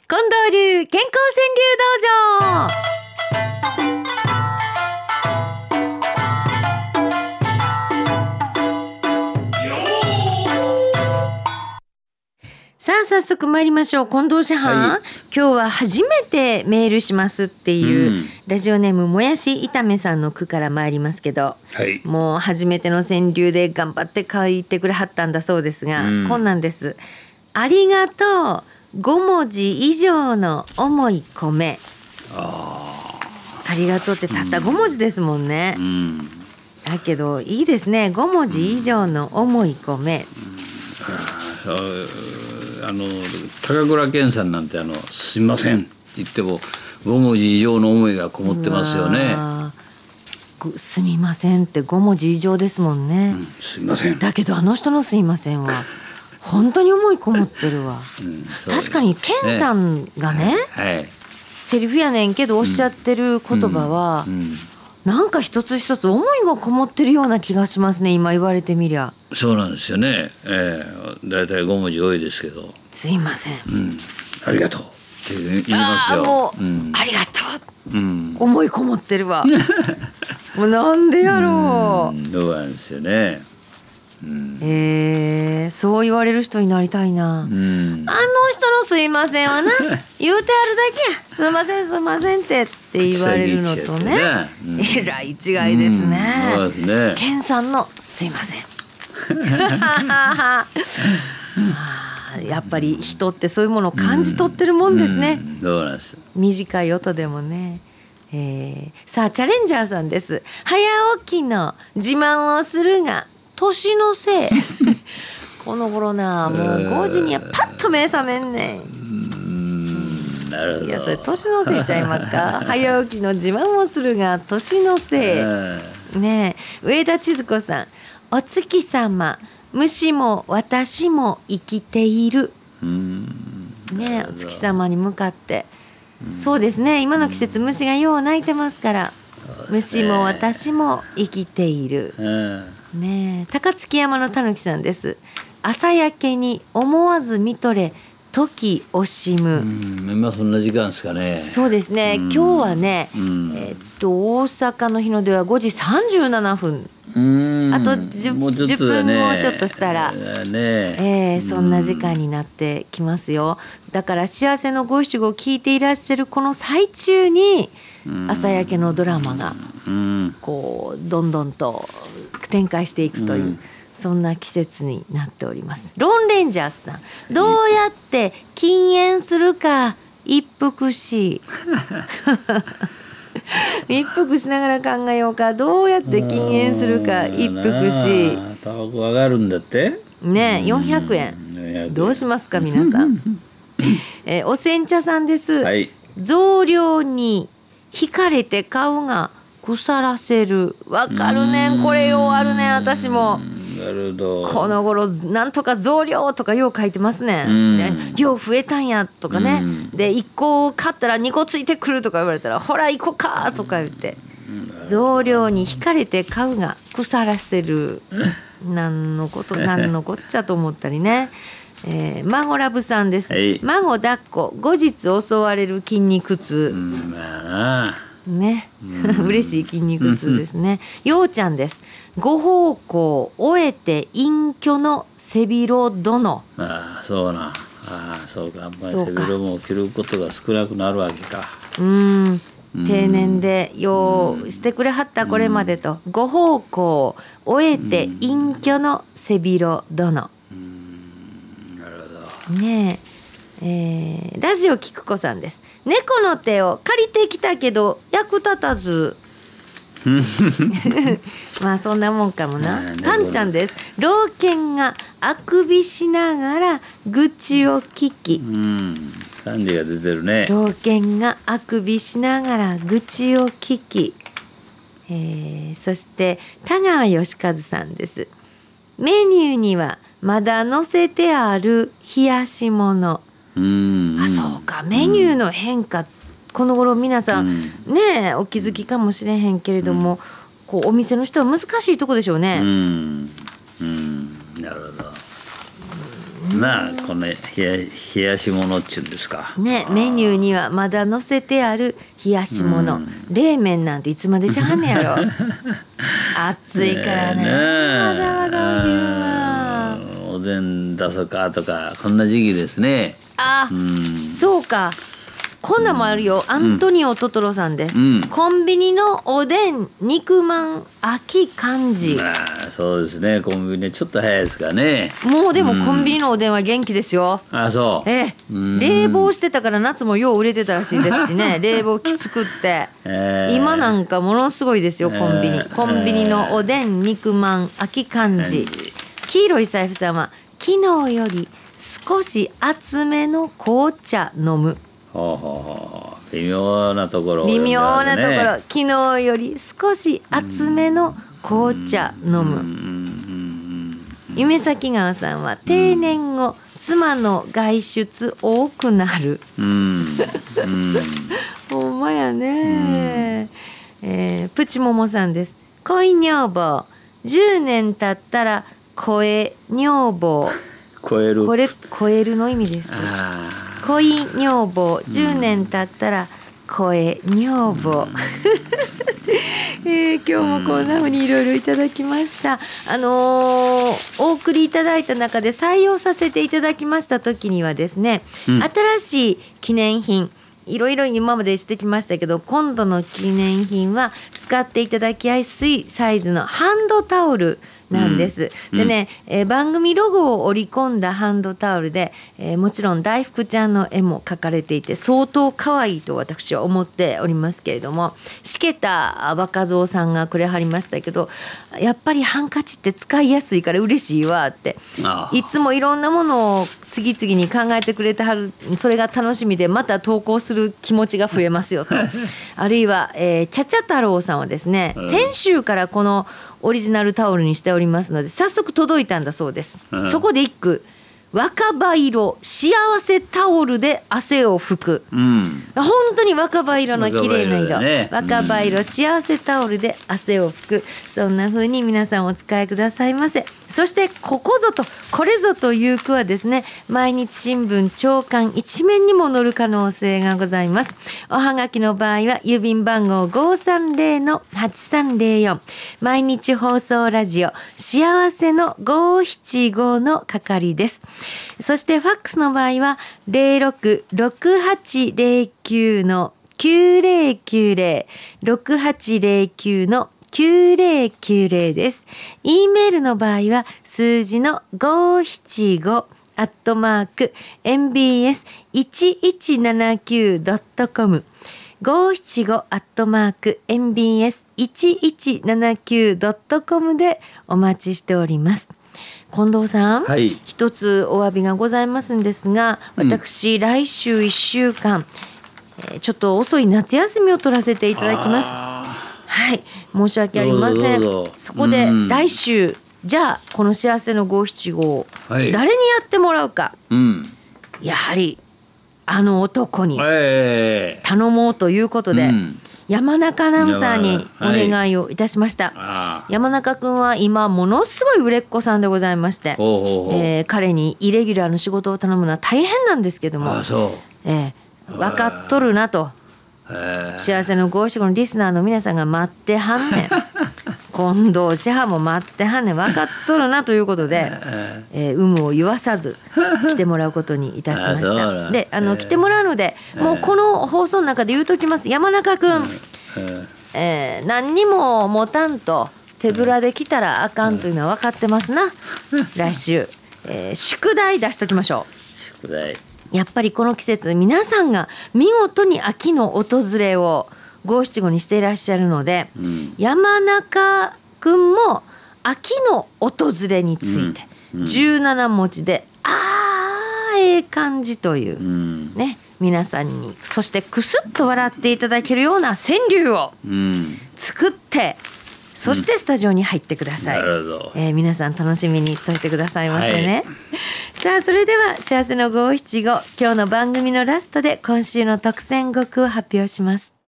近藤流健康川柳道場。さあ早速参りましょう。近藤師範、はい、今日は初めてメールしますっていう、ラジオネームもやし炒めさんの句から参りますけど、はい、もう初めての川柳で頑張って書いてくれはったんだそうですが、こんなんです。ありがとう5文字以上の思い込め。ありがとうってたった5文字ですもんね、だけどいいですね。5文字以上の思い込め、 高倉健さんなんてすいませんって言っても5文字以上の思いがこもってますよね。 すみませんって5文字以上ですもんね、 すいません。 だけどあの人のすいませんは本当に思いこもってるわ、確かに健さんがね、セリフやねんけどおっしゃってる言葉は、なんか一つ一つ思いがこもってるような気がしますね。今言われてみりゃそうなんですよね。だいたい5文字多いですけど、 すいません、 ありがとうって言いますよ。 もう、ありがとう、思いこもってるわもうなんでやろう、 そうなんですよね。 そう言われる人になりたいな、あの人のすいませんはな言うてあるだけや、すいませんすいませんって言われるのとね、えらい違いですね。健さんのすいませんやっぱり人ってそういうものを感じ取ってるもんですね。 そうなんです。 短い音でもね。さあチャレンジャーさんです。早起きの自慢をするが年のせいこの頃な、もう5時にはパッと目覚めんねん。 なるほど。 いやそれ年のせいちゃいまっか早起きの自慢をするが年のせいねえ。上田千鶴子さん、お月様虫も私も生きているねえ、お月様に向かって、そうですね、今の季節虫がよう鳴いてますから、虫も私も生きているねえ。高槻山のたぬきさんです。朝焼けに思わず見とれ時惜しむ。 今そんな時間ですかね。 そうですね、今日はね、大阪の日の出は5時37分、あと 10分もうちょっとしたら、そんな時間になってきますよ。だから幸せの五七五を聞いていらっしゃるこの最中に朝焼けのドラマがこうどんどんと展開していくという、そんな季節になっております。ロンレンジャースさん、どうやって禁煙するか一服し一服しながら考えようか。どうやって禁煙するか一服し、 タバコ上がるんだってね、400円どうしますか皆さんお煎茶さんです、増量に惹かれて買うが腐らせる。わかるねん、これようあるねん。私もこの頃なんとか増量とかよう書いてますね、量増えたんやとかね、で1個買ったら2個ついてくるとか言われたらほら1個かとか言って、増量に惹かれて買うが腐らせる、なんのこっちゃと思ったりね。孫ラブさんです、孫抱っこ後日襲われる筋肉痛、ね嬉しい筋肉痛ですね。ようちゃんです。ご奉公終えて隠居の背広殿。 そうか、あんまり背広も着ることが少なくなるわけか。 定年でようしてくれはったこれまでと、ご奉公終えて隠居の背広殿。なるほどねえ。ラジオキクコさんです。猫の手を借りてきたけど役立たずまあそんなもんかもな。パンちゃんです。老犬があくびしながら愚痴を聞き、 感じが出てるね。 老犬があくびしながら愚痴を聞き、そして田川義和さんです。メニューにはまだ載せてある冷やし物。そうか、メニューの変化、この頃皆さんねお気づきかもしれへんけれども、こうお店の人は難しいとこでしょうね。 なるほどなあこの冷やし物っちゅうんですかね。メニューにはまだ載せてある冷やし物、冷麺なんていつまでしはんねやろ暑いからね、まだまだお昼はおでん出そうかとかこんな時期ですね。 そうか、こんなんもあるよ。アントニオトトロさんです、コンビニのおでん肉まん秋漢字。 そうですね、コンビニちょっと早いですかね。 もうでもコンビニのおでんは元気ですよ。 そう。 冷房してたから夏もよう売れてたらしいですしね冷房きつくって、今なんかものすごいですよ。コンビニのおでん肉まん秋漢字。黄色い財布さんは昨日より少し厚めの紅茶飲む。 微妙なところ、 微妙なところ、昨日より少し厚めの紅茶飲む。夢咲川さんは定年後、妻の外出多くなる。ほんまやね。プチモモさんです。恋女房10年経ったら声女房。 超える、 これ超えるの意味です。恋女房10年経ったら声女房今日もこんな風にいろいろいただきました。お送りいただいた中で採用させていただきました時にはですね、新しい記念品いろいろ今までしてきましたけど、今度の記念品は使っていただきやすいサイズのハンドタオルなんです、でね、番組ロゴを織り込んだハンドタオルで、もちろん大福ちゃんの絵も描かれていて相当可愛いと私は思っておりますけれども、しけた若造さんがくれはりましたけど、やっぱりハンカチって使いやすいから嬉しいわって、いつもいろんなものを次々に考えてくれてはる、それが楽しみでまた投稿する気持ちが増えますよとあるいは、ちゃちゃ太郎さんはですね、先週からこのオリジナルタオルにしておりますので早速届いたんだそうです、そこで一句、若葉色幸せタオルで汗を拭く、本当に若葉色の綺麗な色、若葉色幸せタオルで汗を拭く、そんな風に皆さんお使いくださいませ。そしてここぞとこれぞという句はですね、毎日新聞朝刊一面にも載る可能性がございます。おはがきの場合は郵便番号 530-8304 毎日放送ラジオ幸せの575の係です。そしてファックスの場合は 066809-9090 6809-9090です。E メールの場合は数字の575@mbs1179.com575@mbs1179.com でお待ちしております。近藤さん、一つお詫びがございますんですが、私、来週1週間、ちょっと遅い夏休みを取らせていただきます。申し訳ありません。そこで来週、じゃあこの幸せの575を誰にやってもらうか、やはりあの男に頼もうということで、山中アナウンサーにお願いをいたしました。山中くんは今ものすごい売れっ子さんでございまして、彼にイレギュラーの仕事を頼むのは大変なんですけども、分かっとるなと、幸せの575のリスナーの皆さんが待ってはんねん近藤支配も待ってはんねん、分かっとるなということで、有無を言わさず来てもらうことにいたしましたで、来てもらうので、もうこの放送の中で言うときます。山中くん、何にも持たんと手ぶらで来たらあかんというのは分かってますな。来週、宿題出しときましょう。宿題、やっぱりこの季節皆さんが見事に秋の訪れを575にしていらっしゃるので、山中くんも秋の訪れについて17文字で感じというね、皆さんにそしてクスッと笑っていただけるような川柳を作って、そしてスタジオに入ってください。皆さん楽しみにしておいてくださいませね。さあ、それでは幸せの575、今日の番組のラストで今週の特選5句を発表します。